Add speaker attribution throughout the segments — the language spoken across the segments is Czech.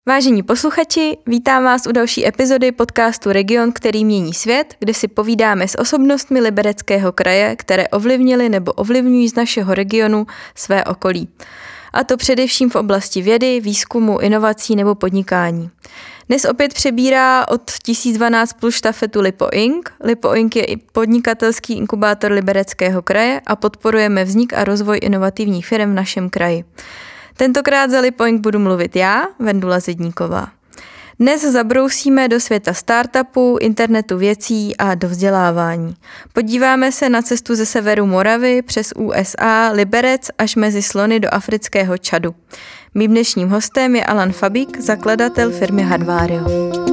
Speaker 1: Vážení posluchači, vítám vás u další epizody podcastu Region, který mění svět, kde si povídáme s osobnostmi Libereckého kraje, které ovlivnily nebo ovlivňují z našeho regionu své okolí. A to především v oblasti vědy, výzkumu, inovací nebo podnikání. Dnes opět přebírá od 1012 plus štafetu Lipo Inc. Lipo Inc. je i podnikatelský inkubátor Libereckého kraje a podporujeme vznik a rozvoj inovativních firm v našem kraji. Tentokrát za Lipo Inc. budu mluvit já, Vendula Zedníková. Dnes zabrousíme do světa startupů, internetu věcí a do vzdělávání. Podíváme se na cestu ze severu Moravy přes USA, Liberec až mezi slony do afrického Čadu. Mým dnešním hostem je Alan Fabík, zakladatel firmy Hadvario.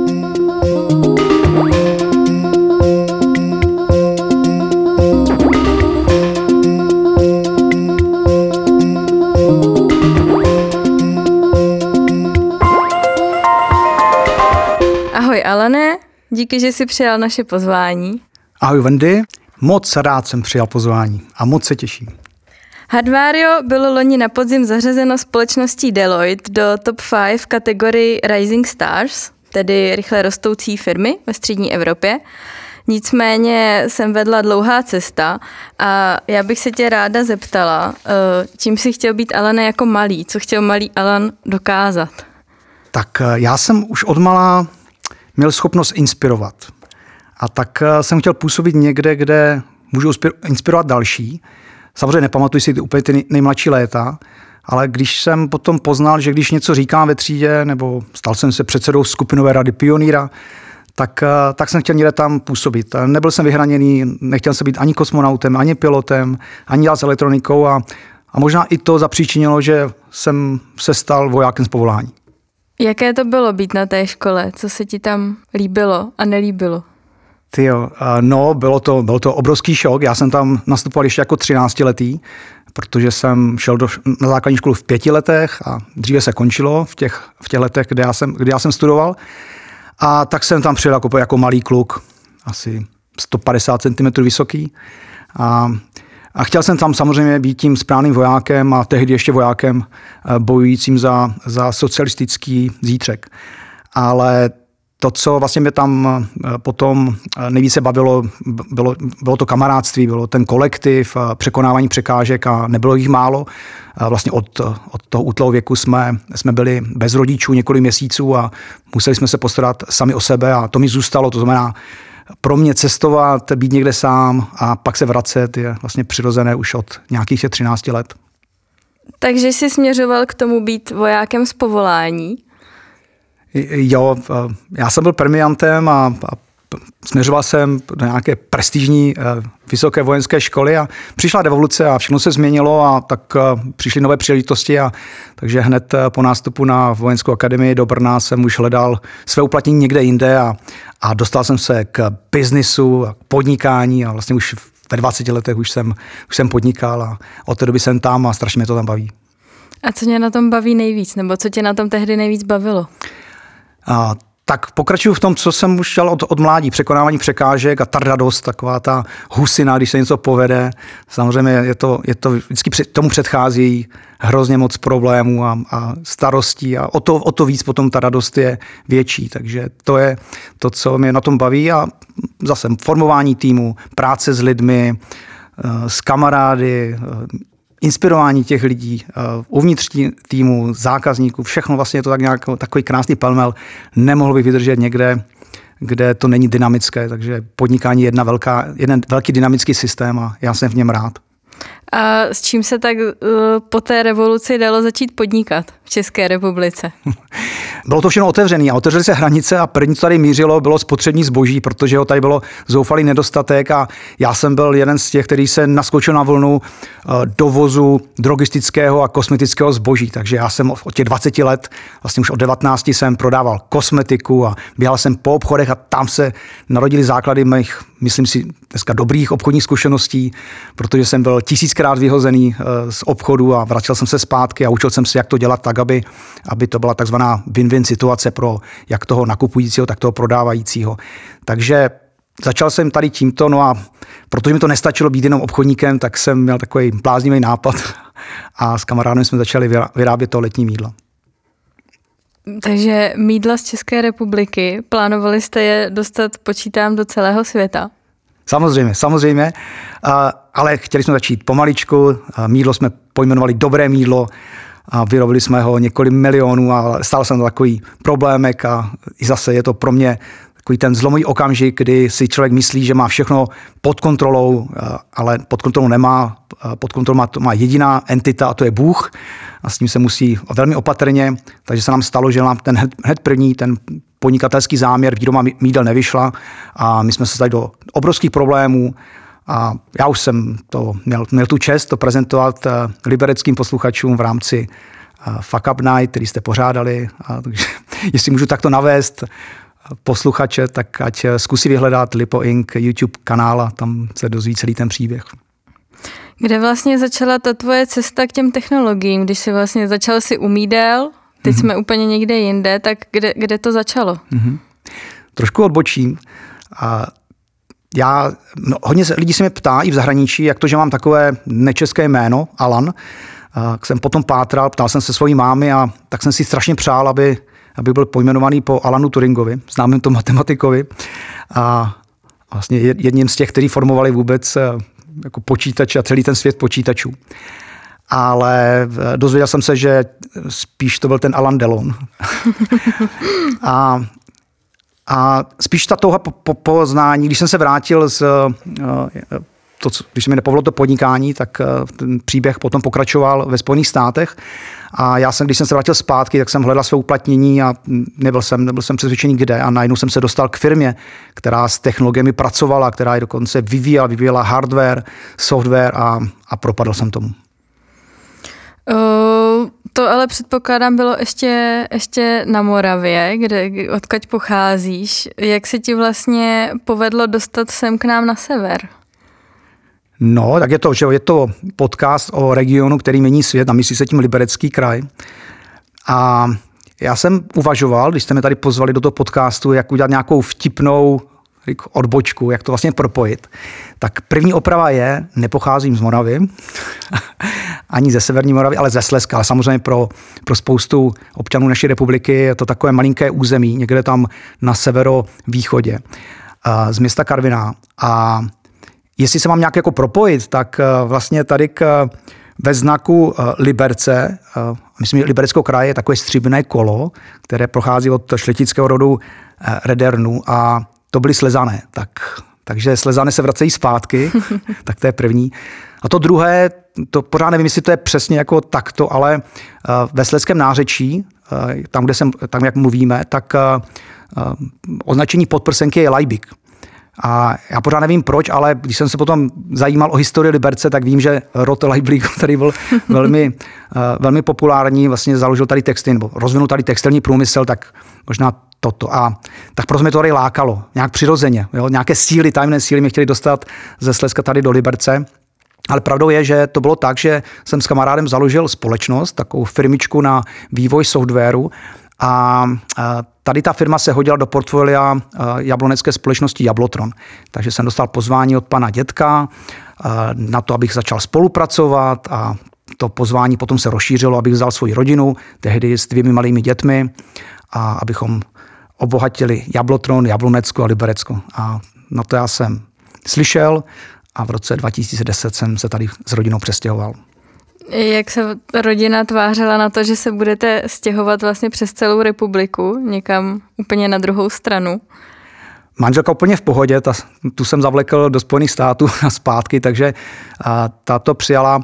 Speaker 1: Ahoj Alane, díky, že jsi přijal naše pozvání.
Speaker 2: Ahoj Wendy, moc rád jsem přijal pozvání a moc se těším.
Speaker 1: Hadvario bylo loni na podzim zařazeno společností Deloitte do top 5 v kategorii Rising Stars, tedy rychle rostoucí firmy ve střední Evropě. Nicméně jsem vedla dlouhá cesta a já bych se tě ráda zeptala, čím jsi chtěl být Alane jako malý, co chtěl malý Alan dokázat?
Speaker 2: Tak já jsem už odmala měl schopnost inspirovat. A tak jsem chtěl působit někde, kde můžu inspirovat další. Samozřejmě nepamatuji si úplně ty nejmladší léta, ale když jsem potom poznal, že když něco říkám ve třídě, nebo stal jsem se předsedou skupinové rady pionýra, tak jsem chtěl někde tam působit. Nebyl jsem vyhraněný, nechtěl jsem být ani kosmonautem, ani pilotem, ani dělat s elektronikou a možná i to zapříčinilo, že jsem se stal vojákem z povolání.
Speaker 1: Jaké to bylo být na té škole? Co se ti tam líbilo a nelíbilo?
Speaker 2: Byl to obrovský šok. Já jsem tam nastupoval ještě jako 13letý, protože jsem šel na základní školu v 5 letech a dříve se končilo v těch letech, kde já jsem studoval. A tak jsem tam přijel jako malý kluk, asi 150 cm vysoký. A chtěl jsem tam samozřejmě být tím správným vojákem a tehdy ještě vojákem bojujícím za socialistický zítřek. Ale to, co vlastně mě tam potom nejvíce bavilo, bylo to kamarádství, bylo ten kolektiv, překonávání překážek a nebylo jich málo. Vlastně od toho útlého věku jsme byli bez rodičů několik měsíců a museli jsme se postarat sami o sebe a to mi zůstalo, to znamená pro mě cestovat, být někde sám a pak se vracet je vlastně přirozené už od nějakých 13 let.
Speaker 1: Takže jsi směřoval k tomu být vojákem z povolání?
Speaker 2: Jo, já jsem byl premiantem a směřoval jsem do nějaké prestižní vysoké vojenské školy a přišla revoluce a všechno se změnilo a tak přišly nové příležitosti takže hned po nástupu na vojenskou akademii do Brna jsem už hledal své uplatnění někde jinde a dostal jsem se k biznisu, k podnikání a vlastně už ve 20 letech už jsem podnikal a od té doby jsem tam a strašně mě to tam baví.
Speaker 1: A co tě na tom baví nejvíc, nebo co tě na tom tehdy nejvíc bavilo?
Speaker 2: Tak pokračuju v tom, co jsem už chtěl od mládí, překonávání překážek a ta radost, taková ta husina, když se něco povede. Samozřejmě je to vždycky tomu předchází hrozně moc problémů a starostí a o to víc potom ta radost je větší. Takže to je to, co mě na tom baví a zase formování týmu, práce s lidmi, s kamarády, inspirování těch lidí uvnitř týmu, zákazníků, všechno vlastně je to tak nějak takový krásný pelmel. Nemohl bych vydržet někde, kde to není dynamické, takže podnikání je jeden velký dynamický systém a já jsem v něm rád.
Speaker 1: A s čím se tak po té revoluci dalo začít podnikat v České republice?
Speaker 2: Bylo to všechno otevřené a otevřely se hranice a první, co tady mířilo, bylo spotřební zboží, protože ho tady bylo zoufalý nedostatek a já jsem byl jeden z těch, který se naskočil na vlnu dovozu drogistického a kosmetického zboží. Takže já jsem od těch 20 let, vlastně už od 19 jsem prodával kosmetiku a běhal jsem po obchodech a tam se narodily základy mých, myslím si, dneska dobrých obchodních zkušeností, protože jsem byl 1000krát vyhozený z obchodu a vracel jsem se zpátky a učil jsem se, jak to dělat tak, aby to byla takzvaná win-win situace pro jak toho nakupujícího, tak toho prodávajícího. Takže začal jsem tady tímto, no a protože mi to nestačilo být jenom obchodníkem, tak jsem měl takový bláznivý nápad a s kamarádem jsme začali vyrábět to letní mýdlo.
Speaker 1: Takže mýdla z České republiky, plánovali jste je dostat, počítám, do celého světa?
Speaker 2: Samozřejmě, ale chtěli jsme začít pomaličku. Mýdlo jsme pojmenovali Dobré mýdlo a vyrobili jsme ho několik milionů a stál jsem to takový problémek a i zase je to pro mě takový ten zlomový okamžik, kdy si člověk myslí, že má všechno pod kontrolou, ale pod kontrolou nemá. Pod kontrolou má jediná entita a to je Bůh a s tím se musí velmi opatrně, takže se nám stalo, že nám hned první ten podnikatelský záměr výroba mýdel nevyšla a my jsme se stali do obrovských problémů a já už jsem to měl tu čest to prezentovat libereckým posluchačům v rámci Fuck Up Night, který jste pořádali. Takže jestli můžu takto navést posluchače, tak ať zkusí vyhledat Lipo Inc. YouTube kanál a tam se dozví celý ten příběh.
Speaker 1: Kde vlastně začala ta tvoje cesta k těm technologiím, když jsi vlastně začal si u mýdel, teď jsme úplně někde jinde, tak kde to začalo?
Speaker 2: Trošku odbočím. Hodně lidí se mě ptá i v zahraničí, jak to, že mám takové nečeské jméno, Alan. Jsem potom pátral, ptal jsem se svojí mámy a tak jsem si strašně přál, aby byl pojmenovaný po Alanu Turingovi, známém to matematikovi. A vlastně jedním z těch, kteří formovali vůbec jako počítače a celý ten svět počítačů. Ale dozvěděl jsem se, že spíš to byl ten Alain Delon. A spíš ta touha po poznání, když jsem se vrátil když se mi nepovedlo to podnikání, tak ten příběh potom pokračoval ve Spojených státech. A když jsem se vrátil zpátky, tak jsem hledal své uplatnění a nebyl jsem přesvědčený kde. A najednou jsem se dostal k firmě, která s technologiemi pracovala, která je dokonce vyvíjela hardware, software a propadl jsem tomu.
Speaker 1: To ale předpokládám bylo ještě na Moravě, odkud pocházíš. Jak se ti vlastně povedlo dostat sem k nám na sever?
Speaker 2: No, tak je to podcast o regionu, který mění svět a myslí se tím Liberecký kraj. A já jsem uvažoval, když jste mě tady pozvali do toho podcastu, jak udělat nějakou vtipnou odbočku, jak to vlastně propojit. Tak první oprava nepocházím z Moravy, ani ze severní Moravy, ale ze Slezska. Ale samozřejmě pro spoustu občanů naší republiky je to takové malinké území, někde tam na severovýchodě z města Karviná. A jestli se mám nějak jako propojit, tak vlastně tady ve znaku Liberce, myslím, že Libereckého kraje je takové stříbrné kolo, které prochází od šlechtického rodu Redernů a to byly Slezané. Takže Slezané se vracejí zpátky, tak to je první. A to druhé, to pořád nevím, jestli to je přesně jako takto, ale ve slezském nářečí, tam jak mluvíme, tak označení podprsenky je lajbik. A já pořád nevím proč, ale když jsem se potom zajímal o historii Liberce, tak vím, že rod Lajblík, který byl velmi populární, vlastně založil tady textil, nebo rozvinul tady textilní průmysl, tak možná toto. A tak proto mě to tady lákalo, nějak přirozeně. Jo? Nějaké síly, tajemné síly mě chtěli dostat ze Slezska tady do Liberce. Ale pravdou je, že to bylo tak, že jsem s kamarádem založil společnost, takovou firmičku na vývoj softwaru. A tady ta firma se hodila do portfolia jablonecké společnosti Jablotron. Takže jsem dostal pozvání od pana dědka na to, abych začal spolupracovat a to pozvání potom se rozšířilo, abych vzal svoji rodinu, tehdy s 2 malými dětmi a abychom obohatili Jablotron, Jablonecko a Liberecko. A na to já jsem slyšel a v roce 2010 jsem se tady s rodinou přestěhoval.
Speaker 1: Jak se rodina tvářila na to, že se budete stěhovat vlastně přes celou republiku, někam úplně na druhou stranu?
Speaker 2: Manželka úplně v pohodě, tu jsem zavlekl do Spojených států a zpátky, takže ta to přijala.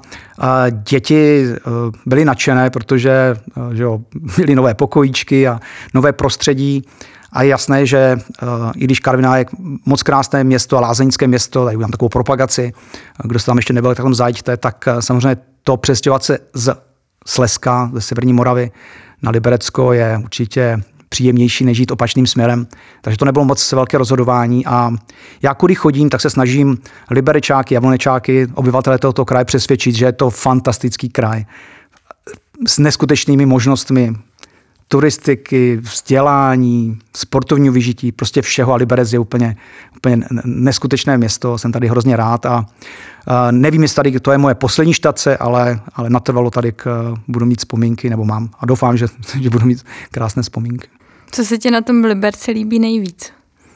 Speaker 2: Děti byly nadšené, protože byly nové pokojíčky a nové prostředí. A je jasné, že i když Karviná je moc krásné město a lázeňské město, tady udělám takovou propagaci, kdo se tam ještě nebyl, tak tam zajďte, tak samozřejmě to přestěhovat se z Slezska, ze severní Moravy na Liberecko je určitě příjemnější, než jít opačným směrem. Takže to nebylo moc velké rozhodování a já kudy chodím, tak se snažím Liberečáky, Jablonečáky, obyvatele tohoto kraje přesvědčit, že je to fantastický kraj s neskutečnými možnostmi turistiky, vzdělání, sportovního vyžití, prostě všeho a Liberec je úplně neskutečné město, jsem tady hrozně rád a nevím, jestli tady to je moje poslední štace, ale natrvalo tady budu mít vzpomínky, nebo mám a doufám, že budu mít krásné vzpomínky.
Speaker 1: Co se ti na tom Liberci líbí nejvíc?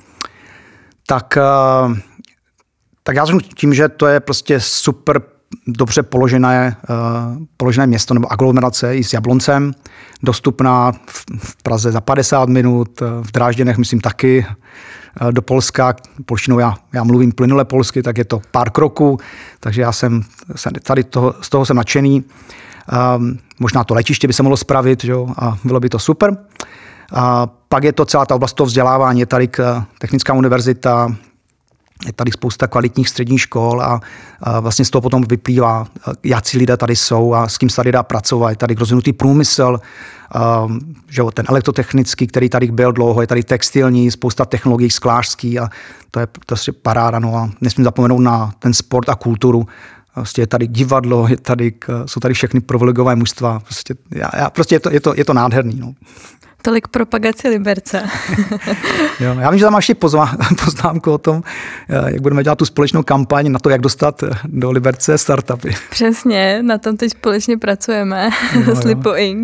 Speaker 2: Tak já řeknu tím, že to je prostě super dobře položené město nebo aglomerace i s Jabloncem, dostupná v Praze za 50 minut, v Drážděnech myslím taky, do Polska, polštinou já mluvím plynule polsky, tak je to pár kroků, takže já jsem tady z toho jsem nadšený. Možná to letiště by se mohlo spravit, že jo, a bylo by to super. A pak je to celá ta oblast toho vzdělávání, je tady Technická univerzita, je tady spousta kvalitních středních škol a vlastně z toho potom vyplývá, jací lidé tady jsou a s kým se tady dá pracovat. Je tady rozvinutý průmysl, že ten elektrotechnický, který tady byl dlouho, je tady textilní, spousta technologií sklářský a to je paráda. No a nesmím zapomenout na ten sport a kulturu. Prostě je tady divadlo, jsou tady všechny privilegované mužstva. Prostě je to nádherný. No.
Speaker 1: Tolik propagaci Liberce.
Speaker 2: Jo, já vím, že tam máš poznámku o tom, jak budeme dělat tu společnou kampaň na to, jak dostat do Liberce startupy.
Speaker 1: Přesně, na tom teď společně pracujeme s Lipo Inc.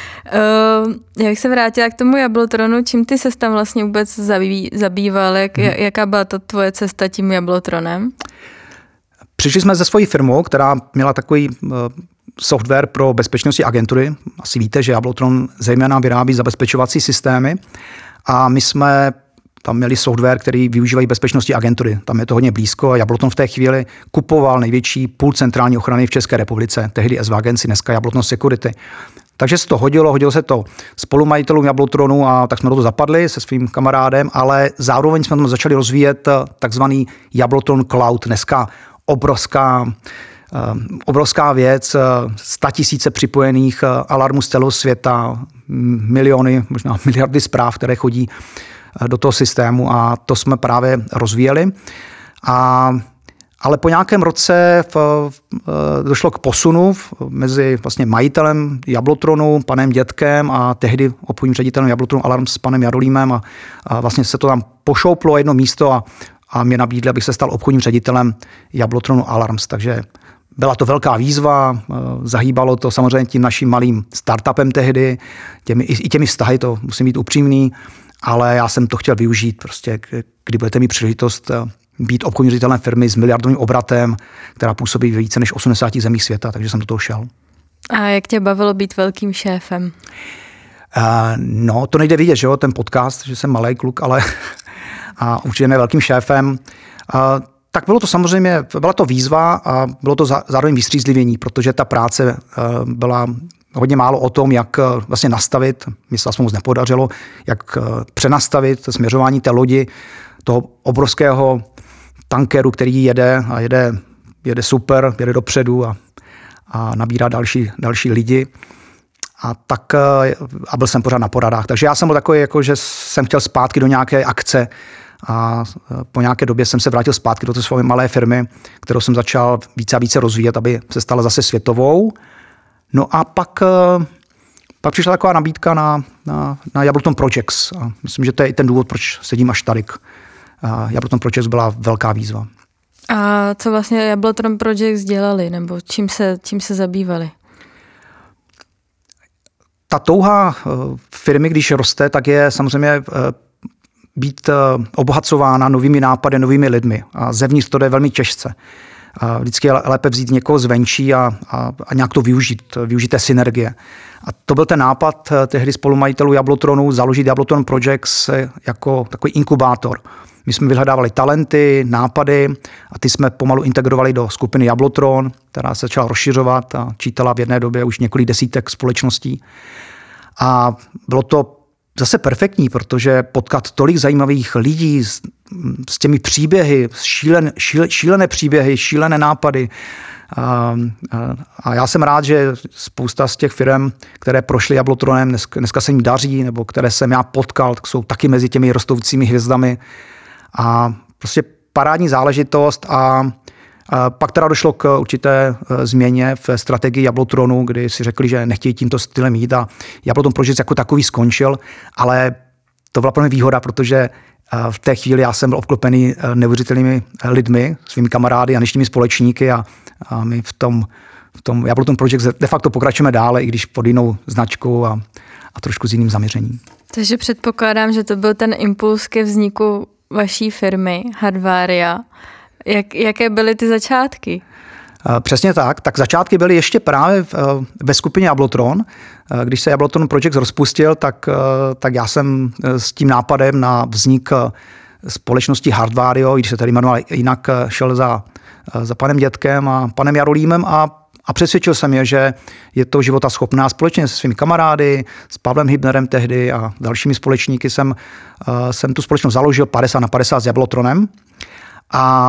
Speaker 1: Já bych se vrátila k tomu Jablotronu. Čím ty ses tam vlastně vůbec zabýval? Jaká byla ta tvoje cesta tím Jablotronem?
Speaker 2: Přišli jsme se svojí firmou, která měla takový software pro bezpečnostní agentury. Asi víte, že Jablotron zejména vyrábí zabezpečovací systémy a my jsme tam měli software, který využívají bezpečnostní agentury. Tam je to hodně blízko a Jablotron v té chvíli kupoval největší půl centrální ochrany v České republice, tehdy SV Agency, dneska Jablotron Security. Takže se to hodilo se to spolumajitelům Jablotronu a tak jsme do toho zapadli se svým kamarádem, ale zároveň jsme tam začali rozvíjet takzvaný Jablotron Cloud, dneska obrovská věc, 100 000 připojených alarmů z celého světa, miliony, možná miliardy zpráv, které chodí do toho systému a to jsme právě rozvíjeli. Ale po nějakém roce došlo k posunu mezi vlastně majitelem Jablotronu, panem Dětkem a tehdy obchodním ředitelem Jablotronu Alarms s panem Jarolímem a vlastně se to tam pošouplo jedno místo a mě nabídli, abych se stal obchodním ředitelem Jablotronu Alarms. Takže byla to velká výzva, zahýbalo to samozřejmě tím naším malým startupem tehdy, těmi vztahy, to musím být upřímný, ale já jsem to chtěl využít, prostě, kdy budete mít příležitost být obchodním ředitelem firmy s miliardovým obratem, která působí ve více než 80 zemích světa, takže jsem do toho šel.
Speaker 1: A jak tě bavilo být velkým šéfem?
Speaker 2: No, to nejde vidět, že jo, ten podcast, že jsem malej kluk, ale a určitě ne velkým šéfem. Tak bylo to samozřejmě, byla to výzva a bylo to zároveň vystřízlivění, protože ta práce byla hodně málo o tom, jak vlastně nastavit, mi se moc nepodařilo, jak přenastavit směřování té lodi, toho obrovského tankeru, který jede super, jede dopředu a nabírá další lidi. A byl jsem pořád na poradách. Takže já jsem byl takový, jako, že jsem chtěl zpátky do nějaké akce a po nějaké době jsem se vrátil zpátky do té své malé firmy, kterou jsem začal více a více rozvíjet, aby se stala zase světovou. No a pak přišla taková nabídka na Jabloton Projects. A myslím, že to je i ten důvod, proč sedím až tady. Jabloton Projects byla velká výzva.
Speaker 1: A co vlastně Jabloton Projects dělali, nebo čím se zabývali?
Speaker 2: Ta touha firmy, když roste, tak je samozřejmě být obohacována novými nápady, novými lidmi. A zevnitř to jde velmi těžce. Vždycky je lépe vzít někoho zvenčí a nějak to využít té synergie. A to byl ten nápad tehdy spolumajitelů Jablotronu založit Jabloton Projects jako takový inkubátor. My jsme vyhledávali talenty, nápady a ty jsme pomalu integrovali do skupiny Jablotron, která se začala rozšiřovat a čítala v jedné době už několik desítek společností. A bylo to zase perfektní, protože potkat tolik zajímavých lidí s těmi příběhy, šílené příběhy, šílené nápady. A já jsem rád, že spousta z těch firm, které prošly Jablotronem, dneska se jim daří, nebo které jsem já potkal, tak jsou taky mezi těmi rostoucími hvězdami. A prostě parádní záležitost a Pak teda došlo k určité změně v strategii Jablotronu, kdy si řekli, že nechtějí tímto stylem jít a Jabloton Project jako takový skončil, ale to byla pro mě výhoda, protože v té chvíli já jsem byl obklopený neuvěřitelnými lidmi, svými kamarády a dnešními společníky a my v tom Jabloton Project de facto pokračujeme dále, i když pod jinou značkou a trošku s jiným zaměřením.
Speaker 1: Takže předpokládám, že to byl ten impuls ke vzniku vaší firmy Hardvaria. Jaké byly ty začátky?
Speaker 2: Přesně tak. Tak začátky byly ještě právě ve skupině Jablotron. Když se Jablotron Project rozpustil, tak já jsem s tím nápadem na vznik společnosti Hardvario, když se tady jmenoval jinak, šel za panem Dětkem a panem Jarolímem a přesvědčil jsem je, že je to životaschopná. Společně se svými kamarády, s Pavlem Hybnerem tehdy a dalšími společníky jsem tu společnost založil 50/50 s Jablotronem. A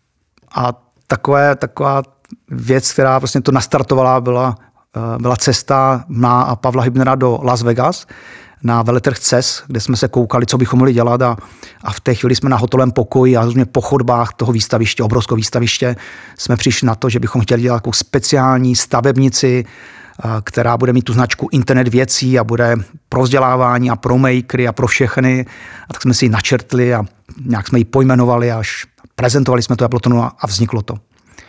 Speaker 2: taková věc, která vlastně to nastartovala, byla cesta má a Pavla Hybnera do Las Vegas na veletrh CES, kde jsme se koukali, co bychom mohli dělat a v té chvíli jsme na hotelovém pokoji a po chodbách toho výstaviště, obrovského výstaviště, jsme přišli na to, že bychom chtěli dělat takovou speciální stavebnici, která bude mít tu značku Internet věcí a bude pro vzdělávání a pro makery a pro všechny. A tak jsme si ji načrtli a nějak jsme ji pojmenovali až prezentovali jsme to Jablotonu a vzniklo to.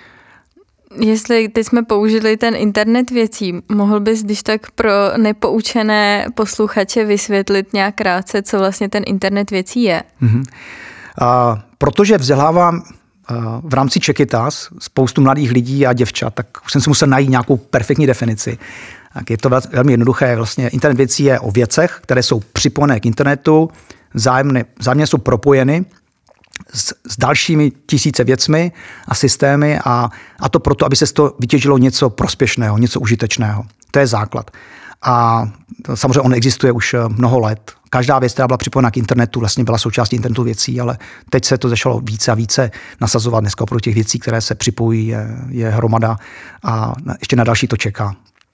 Speaker 1: Jestli teď jsme použili ten internet věcí, mohl bys, když tak pro nepoučené posluchače vysvětlit nějak krátce, co vlastně ten internet věcí je?
Speaker 2: Protože vzdělávám v rámci Čekytas spoustu mladých lidí a děvčat, tak už jsem si musel najít nějakou perfektní definici. Tak je to velmi jednoduché. Vlastně internet věcí je o věcech, které jsou připojené k internetu, vzájemně jsou propojeny s dalšími tisíce věcmi a systémy a to proto, aby se z toho vytěžilo něco prospěšného, něco užitečného. To je základ. A samozřejmě on existuje už mnoho let. Každá věc, která byla připojena k internetu, vlastně byla součástí internetu věcí, ale teď se to začalo více a více nasazovat. Dneska oproti těch věcí, které se připojí, je hromada a ještě na další to čeká.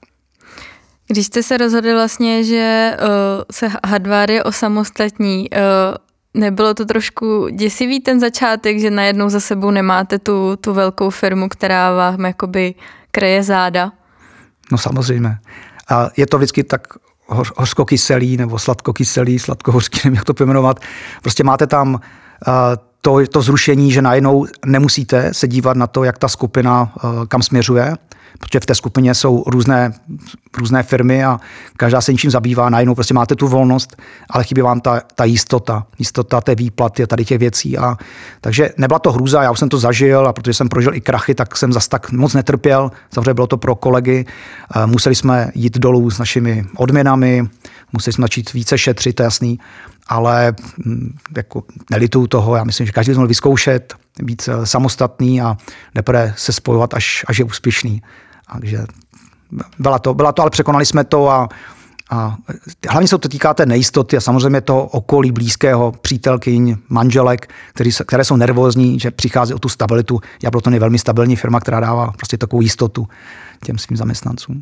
Speaker 1: Když jste se rozhodli vlastně, že se Hardvaria osamostatní, nebylo to trošku děsivý ten začátek, že najednou za sebou nemáte tu velkou firmu, která vám jakoby kreje záda? No samozřejmě.
Speaker 2: A je to vždycky tak hořkokyselý nebo sladkokyselý, sladkohořký, nevím, jak to pojmenovat. Prostě máte tam to zrušení, že najednou nemusíte se dívat na to, jak ta skupina kam směřuje, protože v té skupině jsou různé firmy a každá se něčím zabývá, najednou prostě máte tu volnost, ale chybí vám ta jistota té výplaty a tady těch věcí. Takže nebyla to hrůza, já už jsem to zažil a protože jsem prožil i krachy, tak jsem zas tak moc netrpěl. Samozřejmě bylo to pro kolegy, museli jsme jít dolů s našimi odměnami, museli jsme začít více šetřit, to je jasný, ale jako nelituju toho, já myslím, že každý by měl vyzkoušet, být samostatný a teprve se spojovat, až je úspěšný. Takže byla to, ale překonali jsme to a hlavně se to týká té nejistoty a samozřejmě toho okolí blízkého, přítelkyň, manželek, které jsou nervózní, že přichází o tu stabilitu. Jabloton je velmi stabilní firma, která dává prostě takovou jistotu těm svým zaměstnancům.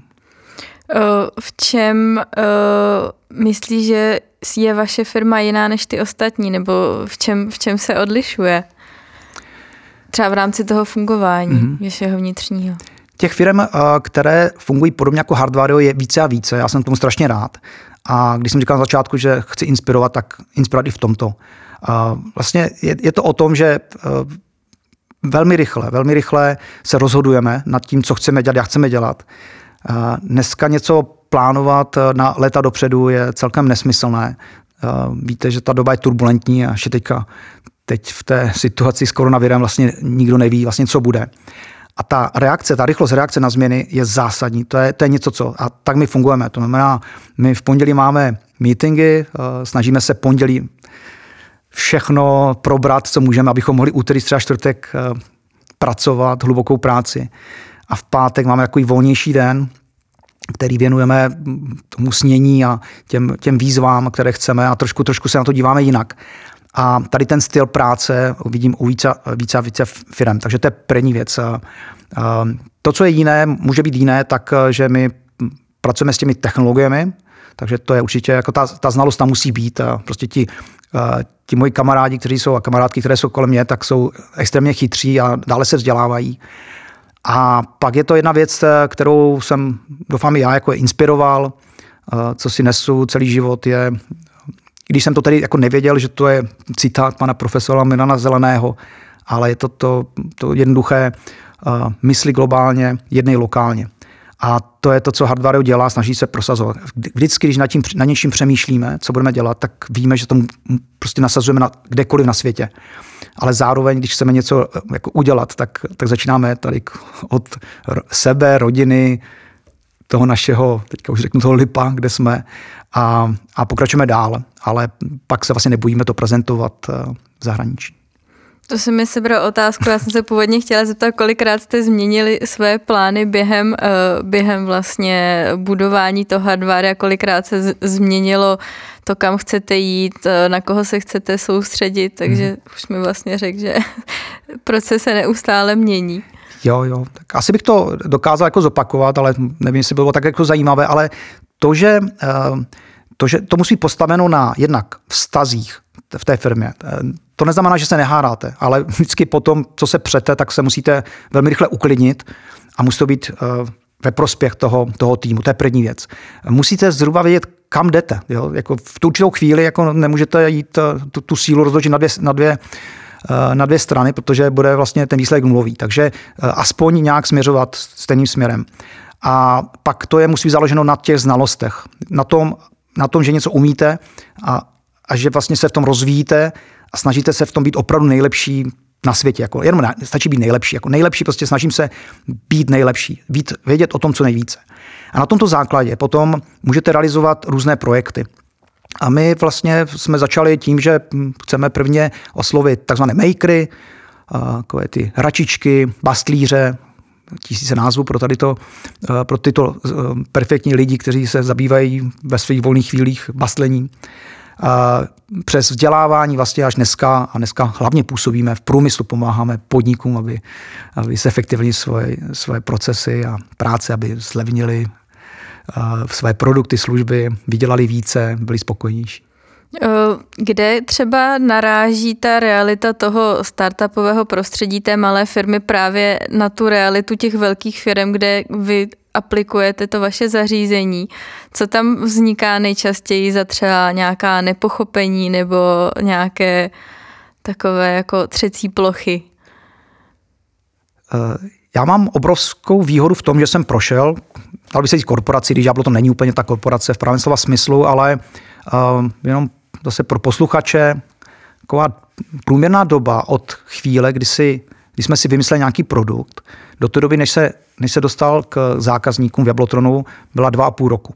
Speaker 1: V čem myslíš, že je vaše firma jiná než ty ostatní, nebo v čem se odlišuje? Třeba v rámci toho fungování vašeho vnitřního.
Speaker 2: Těch firm, které fungují podobně jako Hardvario, je více a více. Já jsem tomu strašně rád. A když jsem říkal na začátku, že chci inspirovat, tak inspirovat i v tomto. Vlastně je to o tom, že velmi rychle se rozhodujeme nad tím, co chceme dělat, jak chceme dělat. Dneska něco plánovat na léta dopředu je celkem nesmyslné. Víte, že ta doba je turbulentní a že teď v té situaci s koronavirem vlastně nikdo neví vlastně, co bude. A ta rychlost reakce na změny je zásadní. To je něco, co. A tak my fungujeme. To znamená, my v pondělí máme meetingy, snažíme se pondělí všechno probrat, co můžeme, abychom mohli úterý, středa, čtvrtek pracovat, hlubokou práci. A v pátek máme takový volnější den, který věnujeme tomu snění a těm výzvám, které chceme a trošku se na to díváme jinak. A tady ten styl práce vidím u více firem. Takže to je první věc. To, co je jiné, může být jiné, tak, že my pracujeme s těmi technologiemi, takže to je určitě, jako ta znalost tam musí být. A prostě ti ti moji kamarádi, kteří jsou a kamarádky, které jsou kolem mě, tak jsou extrémně chytří a dále se vzdělávají. A pak je to jedna věc, kterou jsem, doufám, i já jako inspiroval, co si nesu celý život, je, když jsem to tedy jako nevěděl, že to je citát pana profesora Milana Zeleného, ale je to jednoduché, mysli globálně, jednej lokálně. A to je to, co Hardwario dělá, snaží se prosazovat. Vždycky, když na něčím přemýšlíme, co budeme dělat, tak víme, že to prostě nasazujeme kdekoliv na světě. Ale zároveň, když chceme něco jako udělat, tak začínáme tady od sebe, rodiny, toho našeho, teďka už řeknu toho lipa, kde jsme, a pokračujeme dál. Ale pak se vlastně nebojíme to prezentovat v zahraničí.
Speaker 1: To si mi sebral otázku. Já jsem se původně chtěla zeptat, kolikrát jste změnili své plány během vlastně budování toho Hardwaria, kolikrát se změnilo to, kam chcete jít, na koho se chcete soustředit, takže už mi vlastně řekl, že proces se neustále mění.
Speaker 2: Jo, tak asi bych to dokázal jako zopakovat, ale nevím, jestli bylo tak jako zajímavé, ale to, že to musí být postaveno na jednak vztazích v té firmě. To neznamená, že se nehádáte, ale vždycky potom, co se přete, tak se musíte velmi rychle uklidnit a musí to být ve prospěch toho týmu. To je první věc. Musíte zhruba vědět, kam jdete. Jo? Jako v tu určitou chvíli jako nemůžete jít tu sílu rozložit na dvě strany, protože bude vlastně ten výsledek nulový. Takže aspoň nějak směřovat stejným směrem. A pak to musí být založeno na těch znalostech. Na tom, že něco umíte a že vlastně se v tom rozvíjíte a snažíte se v tom být opravdu nejlepší na světě. Jako, jenom stačí být nejlepší. Jako nejlepší, prostě snažím se být nejlepší. Vědět o tom, co nejvíce. A na tomto základě potom můžete realizovat různé projekty. A my vlastně jsme začali tím, že chceme prvně oslovit takzvané makery, takové ty hračičky, bastlíře, tisíce názvů pro tyto perfektní lidi, kteří se zabývají ve svých volných chvílích bastlením. Přes vzdělávání vlastně až dneska, a dneska hlavně působíme v průmyslu, pomáháme podnikům, aby se efektivnili svoje procesy a práce, aby zlevnili své produkty, služby, vydělali více, byli spokojenější.
Speaker 1: Kde třeba naráží ta realita toho startupového prostředí té malé firmy právě na tu realitu těch velkých firm, kde vy aplikujete to vaše zařízení? Co tam vzniká nejčastěji za třeba nějaká nepochopení nebo nějaké takové jako třecí plochy?
Speaker 2: Já mám obrovskou výhodu v tom, že jsem prošel, dal bych se říct korporaci, když to není úplně ta korporace v pravém slova smyslu, ale jenom zase pro posluchače, taková průměrná doba od chvíle, kdy jsme si vymysleli nějaký produkt, do té doby, než se dostal k zákazníkům v Jablotronu, byla 2,5 roku.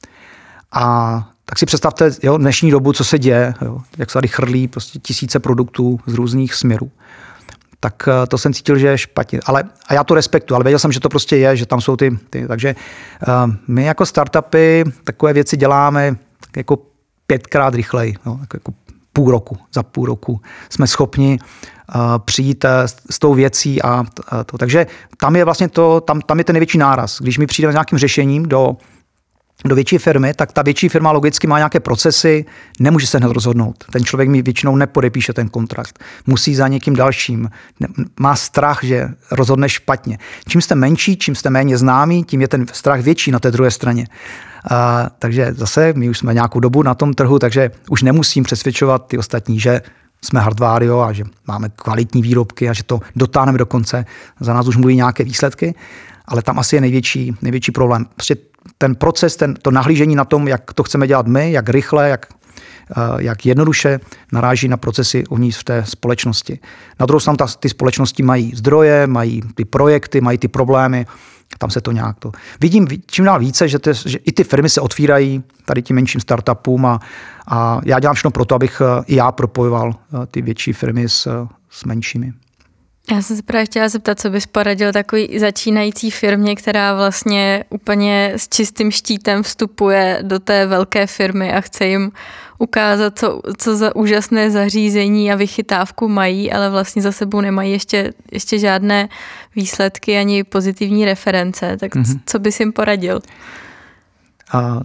Speaker 2: A tak si představte dnešní dobu, co se děje, jak se tady chrlí prostě tisíce produktů z různých směrů. Tak to jsem cítil, že je špatně. A já to respektuji, ale věděl jsem, že to prostě je, že tam jsou ty. Takže my jako startupy takové věci děláme jako 5krát rychleji, jako za půl roku jsme schopni přijít s tou věcí a to. Takže tam je vlastně tam je ten největší náraz. Když my přijdeme s nějakým řešením do větší firmy, tak ta větší firma logicky má nějaké procesy, nemůže se hned rozhodnout. Ten člověk mi většinou nepodepíše ten kontrakt. Musí za někým dalším. Má strach, že rozhodne špatně. Čím jste menší, čím jste méně známí, tím je ten strach větší na té druhé straně. Takže zase my už jsme nějakou dobu na tom trhu, takže už nemusím přesvědčovat ty ostatní, že jsme Hardwario a že máme kvalitní výrobky a že to dotáhneme do konce. Za nás už mluví nějaké výsledky, ale tam asi je největší problém. Prostě ten proces, to nahlížení na tom, jak to chceme dělat my, jak rychle, jak jednoduše naráží na procesy uvnitř v té společnosti. Na druhou stranu ty společnosti mají zdroje, mají ty projekty, mají ty problémy, tam se to nějak to... Vidím čím dál více, že i ty firmy se otvírají tady tím menším startupům a já dělám všechno pro to, abych i já propojoval ty větší firmy s menšími.
Speaker 1: Já jsem se právě chtěla zeptat, co bys poradil takový začínající firmě, která vlastně úplně s čistým štítem vstupuje do té velké firmy a chce jim ukázat, co za úžasné zařízení a vychytávku mají, ale vlastně za sebou nemají ještě žádné výsledky ani pozitivní reference. Tak co bys jim poradil?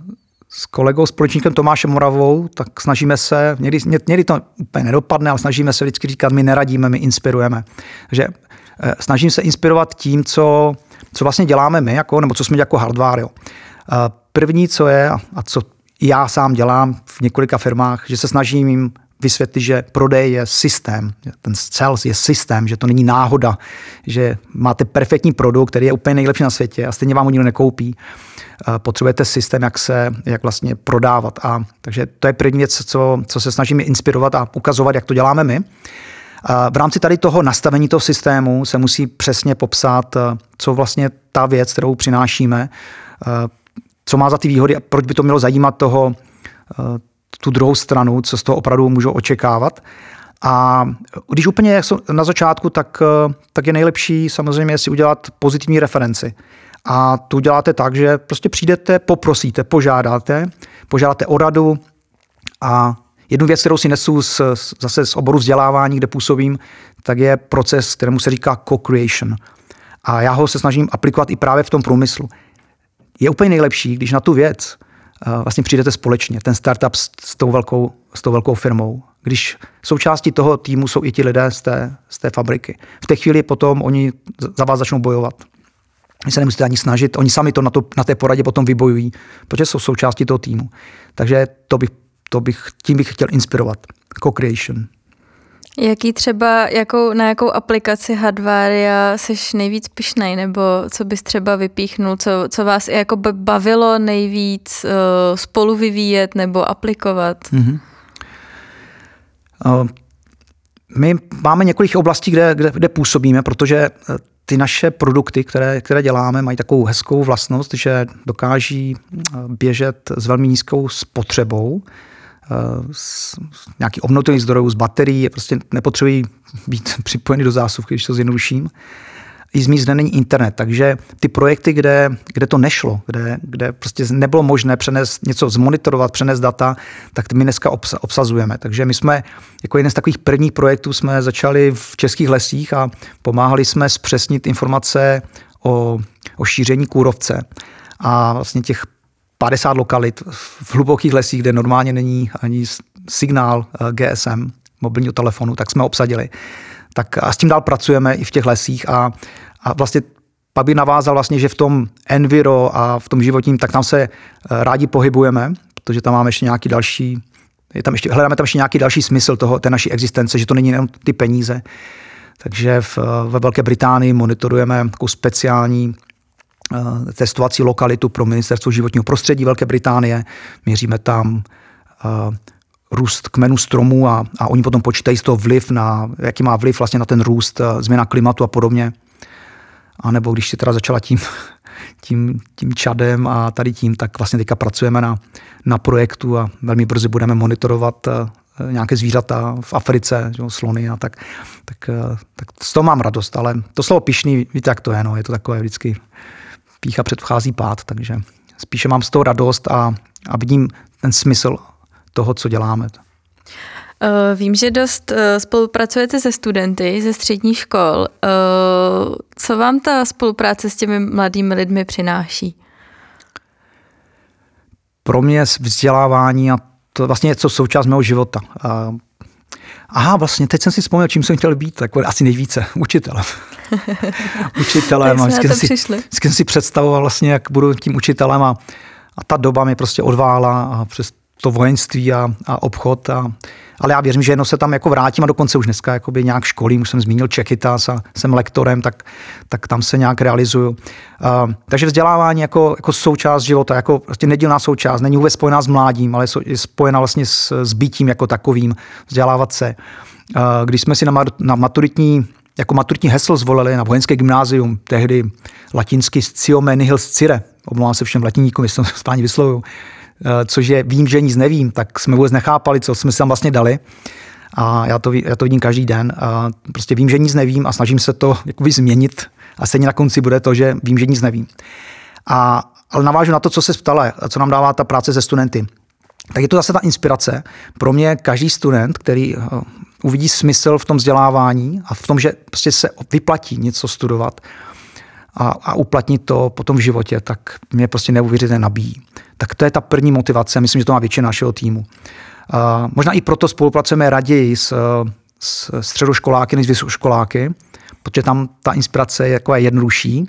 Speaker 2: s kolegou, společníkem Tomášem Moravou, tak snažíme se, někdy to úplně nedopadne, ale snažíme se vždycky říkat, my neradíme, my inspirujeme. Takže snažím se inspirovat tím, co vlastně děláme my, nebo co jsme dělali jako Hardware. Jo. První, co je, a co já sám dělám v několika firmách, že se snažím jim vysvětlit, že prodej je systém, ten sales je systém, že to není náhoda, že máte perfektní produkt, který je úplně nejlepší na světě a stejně vám ho nikdo nekoupí. Potřebujete systém, jak vlastně prodávat. Takže to je první věc, co se snažíme inspirovat a ukazovat, jak to děláme my. V rámci tady toho nastavení toho systému se musí přesně popsat, co vlastně ta věc, kterou přinášíme, co má za ty výhody a proč by to mělo zajímat tu druhou stranu, co z toho opravdu můžou očekávat. A když úplně na začátku, tak je nejlepší samozřejmě si udělat pozitivní referenci. A tu děláte tak, že prostě přijdete, poprosíte, požádáte o radu. A jednu věc, kterou si nesu zase z oboru vzdělávání, kde působím, tak je proces, kterému se říká co-creation. A já ho se snažím aplikovat i právě v tom průmyslu. Je úplně nejlepší, když na tu věc vlastně přijdete společně, ten startup s tou velkou firmou. Když součástí toho týmu jsou i ti lidé z té fabriky. V té chvíli potom oni za vás začnou bojovat. Vy se nemusíte ani snažit, oni sami to na té poradě potom vybojují, protože jsou součástí toho týmu. Takže tím bych chtěl inspirovat. Co-creation.
Speaker 1: Jaký třeba, na jakou aplikaci Hardware seš nejvíc pyšnej, nebo co bys třeba vypíchnul, co vás jako bavilo nejvíc spolu vyvíjet nebo aplikovat? Mm-hmm.
Speaker 2: My máme několik oblastí, kde působíme, protože ty naše produkty, které děláme, mají takovou hezkou vlastnost, že dokáží běžet s velmi nízkou spotřebou, z nějakých obnovitelných zdrojů, z baterií, prostě nepotřebují být připojeny do zásuvky, když to zjednoduším. I z míst, kde není internet. Takže ty projekty, kde to nešlo, kde prostě nebylo možné přenést něco, zmonitorovat, přenést data, tak my dneska obsazujeme. Takže my jsme jako jeden z takových prvních projektů jsme začali v českých lesích a pomáhali jsme zpřesnit informace o šíření kůrovce. A vlastně těch 50 lokalit v hlubokých lesích, kde normálně není ani signál GSM, mobilního telefonu, tak jsme obsadili. Tak a s tím dál pracujeme i v těch lesích a vlastně pak by navázal vlastně, že v tom enviro a v tom životním, tak tam se rádi pohybujeme, protože tam máme ještě nějaký další, hledáme tam ještě nějaký další smysl té naší existence, že to není jenom ty peníze. Takže ve Velké Británii monitorujeme takovou speciální testovací lokalitu pro Ministerstvo životního prostředí Velké Británie. Měříme tam růst kmenů stromů a oni potom počítají z toho jaký má vliv vlastně na ten růst, změna klimatu a podobně. A nebo když si teda začala tím Čadem a tady tím, tak vlastně teďka pracujeme na projektu a velmi brzy budeme monitorovat nějaké zvířata v Africe, slony a tak z toho mám radost, ale to slovo pyšný, víte, jak to je, no, je to takové vždycky pýcha předchází pád, takže spíše mám z toho radost a vidím ten smysl toho, co děláme.
Speaker 1: Vím, že dost spolupracujete se studenty ze středních škol. Co vám ta spolupráce s těmi mladými lidmi přináší?
Speaker 2: Pro mě vzdělávání a to vlastně je co součást mého života. Vlastně teď jsem si vzpomněl, čím jsem chtěl být, tak asi nejvíce učitelem. Vždycky jsem si představoval vlastně, jak budu tím učitelem a ta doba mě prostě odvála a přes to vojenství a obchod. Ale já věřím, že jednou se tam jako vrátím a dokonce už dneska jakoby nějak školím, už jsem zmínil Čekytas a jsem lektorem, tak tam se nějak realizuju. Takže vzdělávání jako součást života, jako prostě nedílná součást, není vůbec spojená s mládím, ale je spojená vlastně s bytím jako takovým, vzdělávat se. Když jsme si na maturitní heslo zvolili na vojenské gymnázium, tehdy latinsky Sciome nihil scire, omlouvám se všem latiníkům, jestli to správně vyslovuju, což je vím, že nic nevím, tak jsme vůbec nechápali, co jsme si tam vlastně dali. A já to vidím každý den. Prostě vím, že nic nevím a snažím se to jakoby změnit a stejně na konci bude to, že vím, že nic nevím. Ale navážu na to, co se ptala, co nám dává ta práce se studenty. Tak je to zase ta inspirace. Pro mě každý student, který uvidí smysl v tom vzdělávání a v tom, že prostě se vyplatí něco studovat, a uplatnit to potom v životě, tak mě prostě neuvěřitelně nabíjí. Tak to je ta první motivace, myslím, že to má většina našeho týmu. Možná i proto spolupracujeme raději s středoškoláky než s vysokoškoláky, protože tam ta inspirace je jako jednodušší.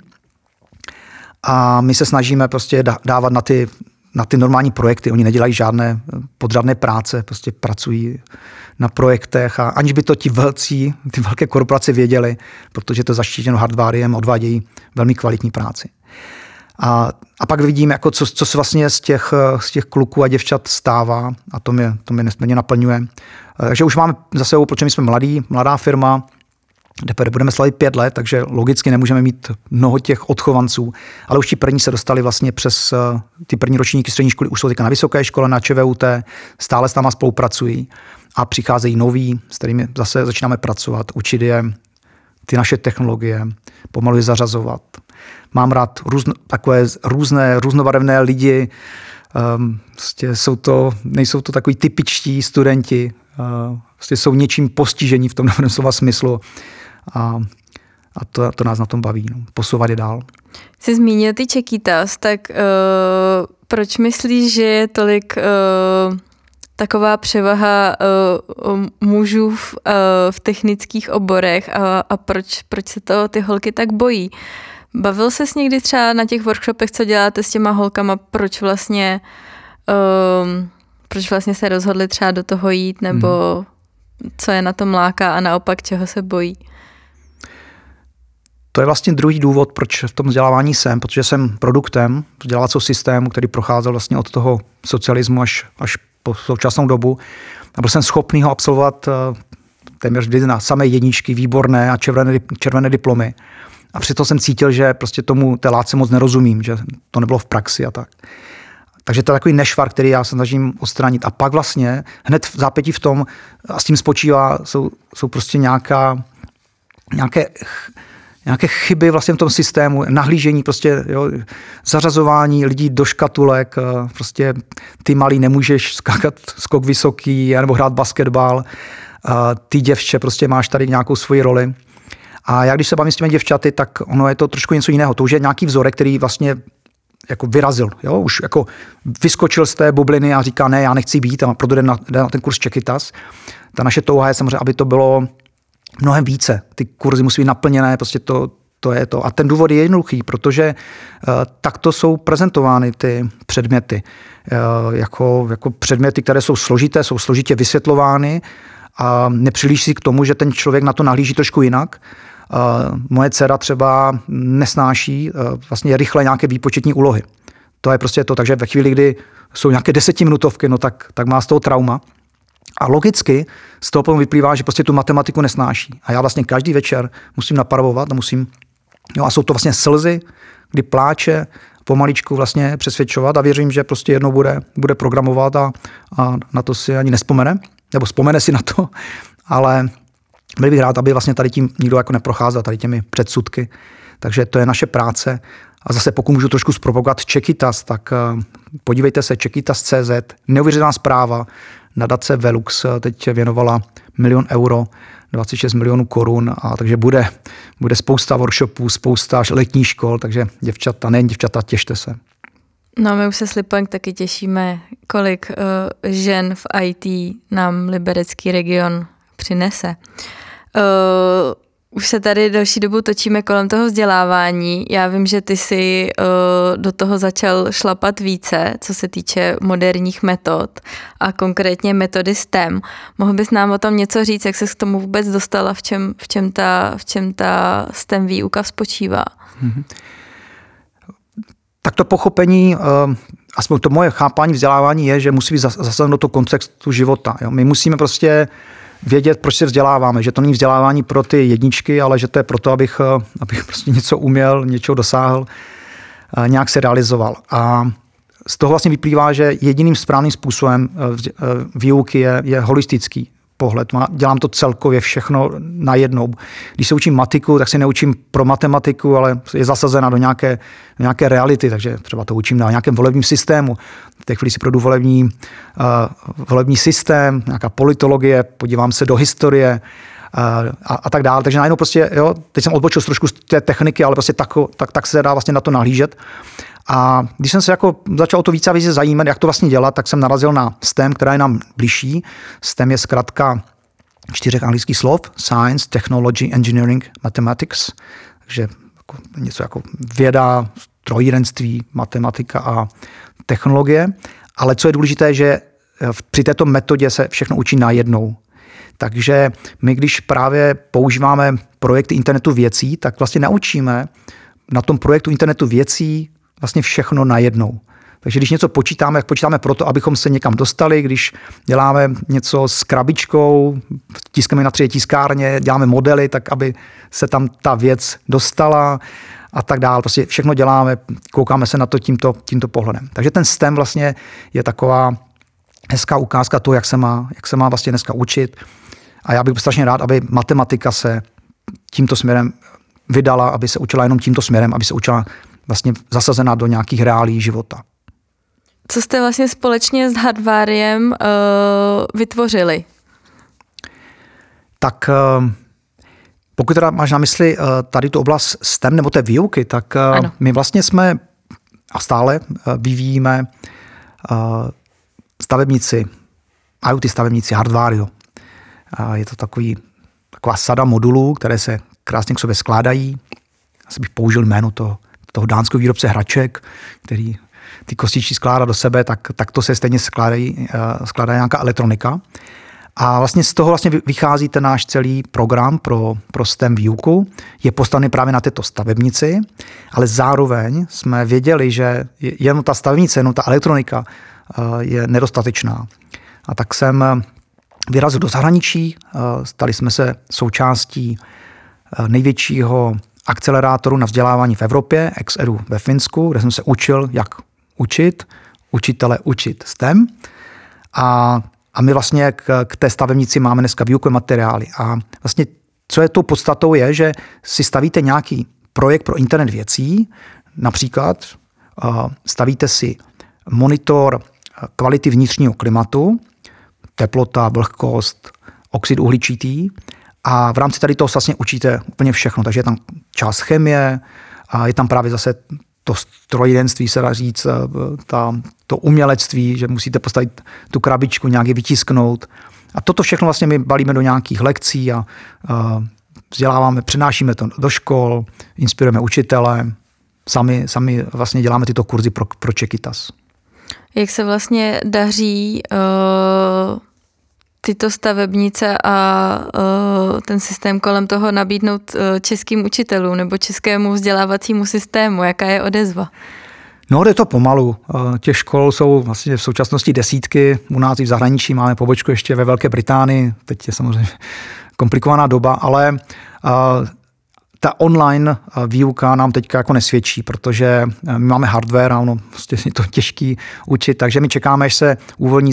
Speaker 2: A my se snažíme prostě dávat na ty normální projekty. Oni nedělají žádné podřadné práce, prostě pracují na projektech a aniž by to ty velké korporace věděly, protože to zaštítěno hardwarem, odvádějí velmi kvalitní práci. A pak vidím, jako co se vlastně z těch kluků a děvčat stává a to mě nesmírně naplňuje. Takže už máme za sebou, protože my jsme mladá firma, kde budeme slavit 5 let, takže logicky nemůžeme mít mnoho těch odchovanců, ale už ti první se dostali vlastně přes ty první ročníky střední školy, už jsou teďka na vysoké škole, na ČVUT, stále s náma spolupracují a přicházejí noví, s kterými zase začínáme pracovat, učit je ty naše technologie, pomalu je zařazovat. Mám rád takové různobarevné lidi, nejsou to takový typičtí studenti, jsou něčím postižení v tom dobrém slova smyslu a to nás na tom baví, posouvat je dál.
Speaker 1: Jsi zmínil ty Čekytas, tak proč myslíš, že je tolik taková převaha mužů v technických oborech a proč se to ty holky tak bojí? Bavil ses někdy třeba na těch workshopech, co děláte s těma holkama, proč vlastně se rozhodli třeba do toho jít, nebo co je na tom láká a naopak čeho se bojí?
Speaker 2: To je vlastně druhý důvod, proč v tom vzdělávání jsem, protože jsem produktem vzdělávacího systému, který procházel vlastně od toho socialismu až po současnou dobu. A byl jsem schopný ho absolvovat téměř vždy na samé jedničky, výborné a červené diplomy. A přitom jsem cítil, že prostě té látce moc nerozumím, že to nebylo v praxi a tak. Takže to je takový nešvar, který já se snažím odstranit. A pak vlastně hned v zápětí v tom, a s tím spočívá, jsou prostě nějaké chyby vlastně v tom systému, nahlížení, prostě, zařazování lidí do škatulek, prostě ty malí nemůžeš skákat skok vysoký nebo hrát basketbal, ty děvče prostě máš tady nějakou svoji roli. A já když se bavím s těmi děvčaty, tak ono je to trošku něco jiného. To už je nějaký vzorek, který vlastně jako vyrazil, už jako vyskočil z té bubliny a říká, ne, já nechci být a proto jde na ten kurz Čekytas. Ta naše touha je samozřejmě, aby to bylo mnohem více. Ty kurzy musí být naplněné, prostě to je to. A ten důvod je jednoduchý, protože takto jsou prezentovány ty předměty. Jako předměty, které jsou složitě vysvětlovány a nepřilíží k tomu, že ten člověk na to nahlíží trošku jinak. Moje dcera třeba nesnáší vlastně rychle nějaké výpočetní úlohy. To je prostě to, takže ve chvíli, kdy jsou nějaké 10minutovky, tak má z toho trauma. A logicky z toho potom vyplývá, že prostě tu matematiku nesnáší. A já vlastně každý večer musím napravovat a jsou to vlastně slzy, kdy pláče, pomaličku vlastně přesvědčovat a věřím, že prostě jednou bude programovat a na to si ani nespomene, nebo vzpomene si na to, ale byl bych rád, aby vlastně tady tím nikdo jako neprocházel, tady těmi předsudky. Takže to je naše práce. A zase pokud můžu trošku zpropagovat Čekytas, tak podívejte se, Čekytas.cz, neuvěřitelná zpráva, nadace Velux teď věnovala 1 000 000 euro, 26 milionů korun, a takže bude spousta workshopů, spousta letních škol, takže nejen děvčata, těšte se.
Speaker 1: No, my už se s Lipank taky těšíme, kolik žen v IT nám liberecký region přinese. Už se tady další dobu točíme kolem toho vzdělávání. Já vím, že ty jsi do toho začal šlapat více, co se týče moderních metod a konkrétně metody STEM. Mohl bys nám o tom něco říct, jak se k tomu vůbec dostala, v čem ta STEM výuka spočívá?
Speaker 2: Tak to pochopení, aspoň to moje chápání vzdělávání je, že musí být zasazen do toho kontextu života. Jo? My musíme prostě vědět, proč se vzděláváme, že to není vzdělávání pro ty jedničky, ale že to je proto, abych prostě něco uměl, něčeho dosáhl, nějak se realizoval. A z toho vlastně vyplývá, že jediným správným způsobem výuky je holistický pohled. Dělám to celkově všechno najednou. Když se učím matiku, tak se neučím pro matematiku, ale je zasazena do nějaké reality, takže třeba to učím na nějakém volebním systému. V té chvíli si projdu volební systém, nějaká politologie, podívám se do historie, a tak dále. Takže najednou prostě, jo, teď jsem odbočil trošku z té techniky, ale prostě tak se dá vlastně na to nahlížet. A když jsem se jako začal o to více a více zajímat, jak to vlastně dělat, tak jsem narazil na STEM, která je nám bližší. STEM je zkratka 4 anglických slov: Science, Technology, Engineering, Mathematics. Takže něco jako věda, strojírenství, matematika a technologie. Ale co je důležité, že při této metodě se všechno učí najednou. Takže my, když právě používáme projekty internetu věcí, tak vlastně naučíme na tom projektu internetu věcí vlastně všechno najednou. Takže když něco počítáme, jak počítáme proto, abychom se někam dostali, když děláme něco s krabičkou, tiskneme na 3 tiskárně, děláme modely, tak aby se tam ta věc dostala a tak dále. Prostě všechno děláme, koukáme se na to tímto pohledem. Takže ten STEM vlastně je taková hezká ukázka toho, jak se má vlastně dneska učit. A já bych byl strašně rád, aby matematika se tímto směrem vydala, aby se učila jenom tímto směrem, aby se učila vlastně zasazená do nějakých reálí života.
Speaker 1: Co jste vlastně společně s Hardvariem vytvořili?
Speaker 2: Tak pokud teda máš na mysli tady tu oblast STEM nebo té výuky, tak my vlastně jsme a stále vyvíjíme stavebnici, IoT stavebnici Hardvario. Je to taková sada modulů, které se krásně k sobě skládají. Asi bych použil jméno toho dánského výrobce hraček, který ty kostičky skládá do sebe, tak to se stejně skládá nějaká elektronika. A vlastně z toho vlastně vychází ten náš celý program pro STEM výuku. Je postavený právě na této stavebnici, ale zároveň jsme věděli, že jenom ta stavebnice, jenom ta elektronika je nedostatečná. A tak jsem vyrazil do zahraničí, stali jsme se součástí největšího akcelerátoru na vzdělávání v Evropě, XEDU ve Finsku, kde jsem se učil, jak učit, učitele učit STEM. A my vlastně k té stavebnici máme dneska výukové materiály. A vlastně, co je tou podstatou, je, že si stavíte nějaký projekt pro internet věcí, například stavíte si monitor kvality vnitřního klimatu, teplota, vlhkost, oxid uhličitý, a v rámci tady toho vlastně učíte úplně všechno. Takže je tam část chemie, a je tam právě zase to strojírenství, se dá říct, to umělectví, že musíte postavit tu krabičku, nějak je vytisknout. A toto všechno vlastně my balíme do nějakých lekcí a vzděláváme, přenášíme to do škol, inspirujeme učitele, sami vlastně děláme tyto kurzy pro Čekytas.
Speaker 1: Jak se vlastně daří tyto stavebnice a ten systém kolem toho nabídnout českým učitelům nebo českému vzdělávacímu systému? Jaká je odezva?
Speaker 2: No, jde to pomalu. Těch škol jsou vlastně v současnosti desítky. U nás i v zahraničí máme pobočku ještě ve Velké Británii. Teď je samozřejmě komplikovaná doba, ale ta online výuka nám teďka jako nesvědčí, protože my máme hardware a ono prostě je to těžký učit, takže my čekáme, až se uvolní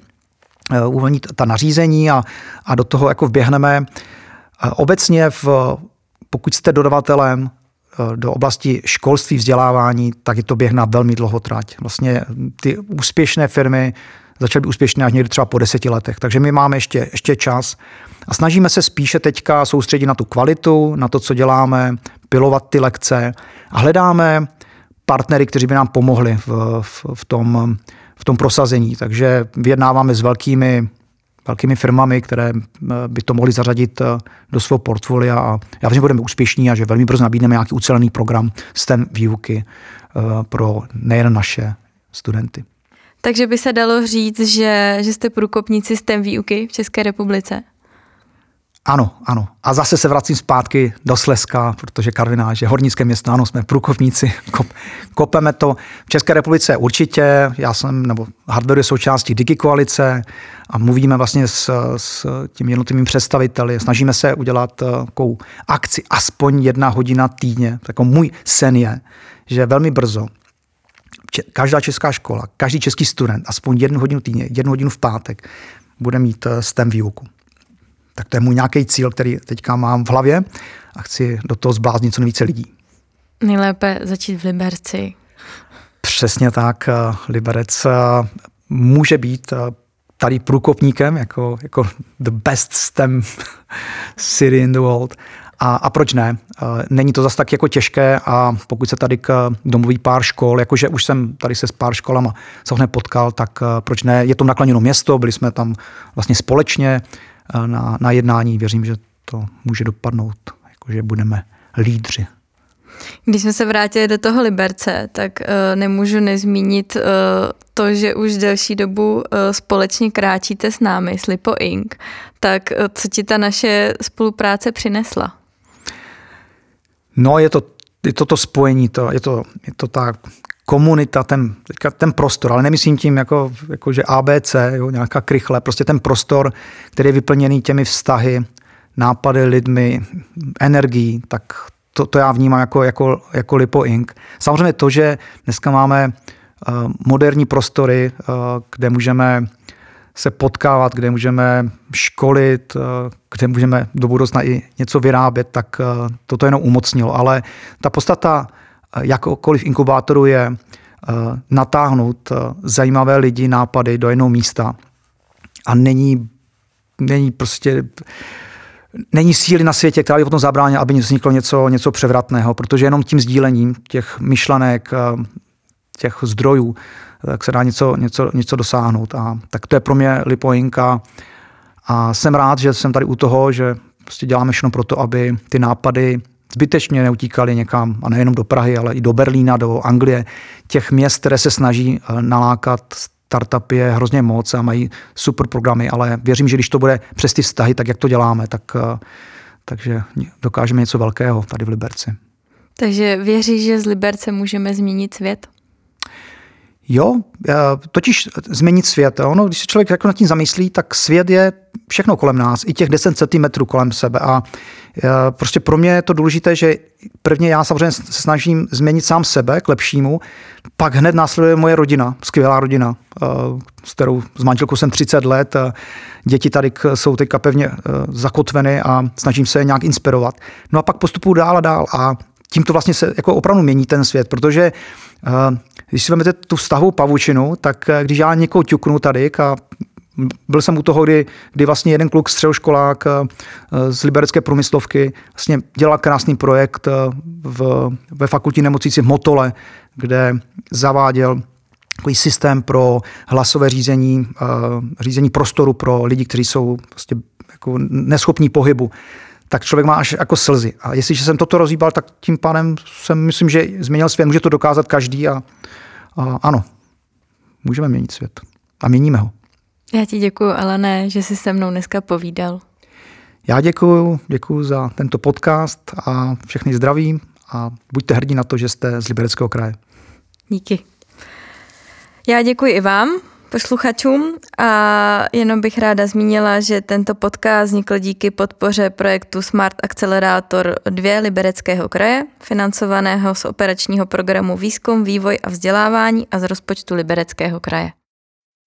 Speaker 2: ta nařízení a do toho jako vběhneme. Obecně, pokud jste dodavatelem do oblasti školství, vzdělávání, tak je to běh na velmi dlouhou trať. Vlastně ty úspěšné firmy začaly být úspěšné až někdy třeba po 10 letech. Takže my máme ještě čas a snažíme se spíše teďka soustředit na tu kvalitu, na to, co děláme, pilovat ty lekce a hledáme partnery, kteří by nám pomohli v tom prosazení. Takže vyjednáváme s velkými firmami, které by to mohly zařadit do svého portfolia a já vím, že budeme úspěšní a že velmi brzo nabídneme nějaký ucelený program STEM výuky pro nejen naše studenty.
Speaker 1: Takže by se dalo říct, že jste průkopníci STEM výuky v České republice?
Speaker 2: Ano. A zase se vracím zpátky do Slezska, protože Karviná je hornické město, ano, jsme průkopníci, kopeme to. V České republice určitě, Hardware je součástí DigiKoalice a mluvíme vlastně s těmi jednotlivými představiteli. Snažíme se udělat takovou akci aspoň 1 hodina týdně. Tak můj sen je, že velmi brzo každá česká škola, každý český student aspoň 1 hodinu týdně, 1 hodinu v pátek bude mít STEM výuku. Tak to je můj nějaký cíl, který teďka mám v hlavě a chci do toho zbláznit co nejvíce lidí.
Speaker 1: Nejlépe začít v Liberci.
Speaker 2: Přesně tak. Liberec může být tady průkopníkem, jako the best STEM city in the world. A proč ne? Není to zas tak jako těžké a pokud se tady domluví pár škol, jakože už jsem tady se s pár školama samozřejmě potkal, tak proč ne? Je to nakloněno město, byli jsme tam vlastně společně na jednání. Věřím, že to může dopadnout, jakože budeme lídři.
Speaker 1: Když jsme se vrátili do toho Liberce, tak nemůžu nezmínit to, že už delší dobu společně kráčíte s námi, s Lipo Inc. Tak co ti ta naše spolupráce přinesla?
Speaker 2: No, je to spojení, je to ta komunita, ten prostor, ale nemyslím tím jako že ABC, jo, nějaká krychle, prostě ten prostor, který je vyplněný těmi vztahy, nápady, lidmi, energií, tak to já vnímám jako Lipo Inc. Samozřejmě to, že dneska máme moderní prostory, kde můžeme se potkávat, kde můžeme školit, kde můžeme do budoucna i něco vyrábět, tak toto jenom umocnilo. Ale ta podstata jakokoliv inkubátoru je natáhnout zajímavé lidi, nápady do jednoho místa. A není síly na světě, která by potom zabránila, aby vzniklo něco převratného, protože jenom tím sdílením těch myšlenek, těch zdrojů, tak se dá něco dosáhnout. A tak to je pro mě Lipo Inc. A jsem rád, že jsem tady u toho, že prostě děláme všechno pro to, aby ty nápady zbytečně neutíkaly někam, a nejenom do Prahy, ale i do Berlína, do Anglie. Těch měst, které se snaží nalákat startupy, je hrozně moc a mají super programy, ale věřím, že když to bude přes ty vztahy, tak jak to děláme, takže dokážeme něco velkého tady v Liberci.
Speaker 1: Takže věříš, že z Liberce můžeme změnit svět?
Speaker 2: Jo, totiž změnit svět. Ono, když se člověk jako nad tím zamyslí, tak svět je všechno kolem nás, i těch 10 centimetrů kolem sebe. A prostě pro mě je to důležité, že prvně já samozřejmě se snažím změnit sám sebe k lepšímu, pak hned následuje moje rodina, skvělá rodina, s manželkou jsem 30 let, děti tady jsou teďka pevně zakotveny a snažím se je nějak inspirovat. No a pak postupuju dál a dál a tím to vlastně se jako opravdu mění ten svět, protože když si vezmete tu vztahovou pavučinu, tak když já někoho ťuknu tady a byl jsem u toho, kdy vlastně jeden kluk, středoškolák z liberecké průmyslovky vlastně dělal krásný projekt ve fakultní nemocnici v Motole, kde zaváděl takový systém pro hlasové řízení prostoru pro lidi, kteří jsou prostě jako neschopní pohybu. Tak člověk má až jako slzy. A jestliže jsem toto rozhýbal, tak tím pádem jsem, myslím, že změnil svět. Může to dokázat každý a ano, můžeme měnit svět. A měníme ho.
Speaker 1: Já ti děkuju, Alane, že jsi se mnou dneska povídal.
Speaker 2: Já děkuju za tento podcast a všechny zdravím a buďte hrdí na to, že jste z Libereckého kraje.
Speaker 1: Díky. Já děkuji i vám, posluchačům, a jenom bych ráda zmínila, že tento podcast vznikl díky podpoře projektu Smart Accelerator 2 Libereckého kraje, financovaného z operačního programu Výzkum, vývoj a vzdělávání a z rozpočtu Libereckého kraje.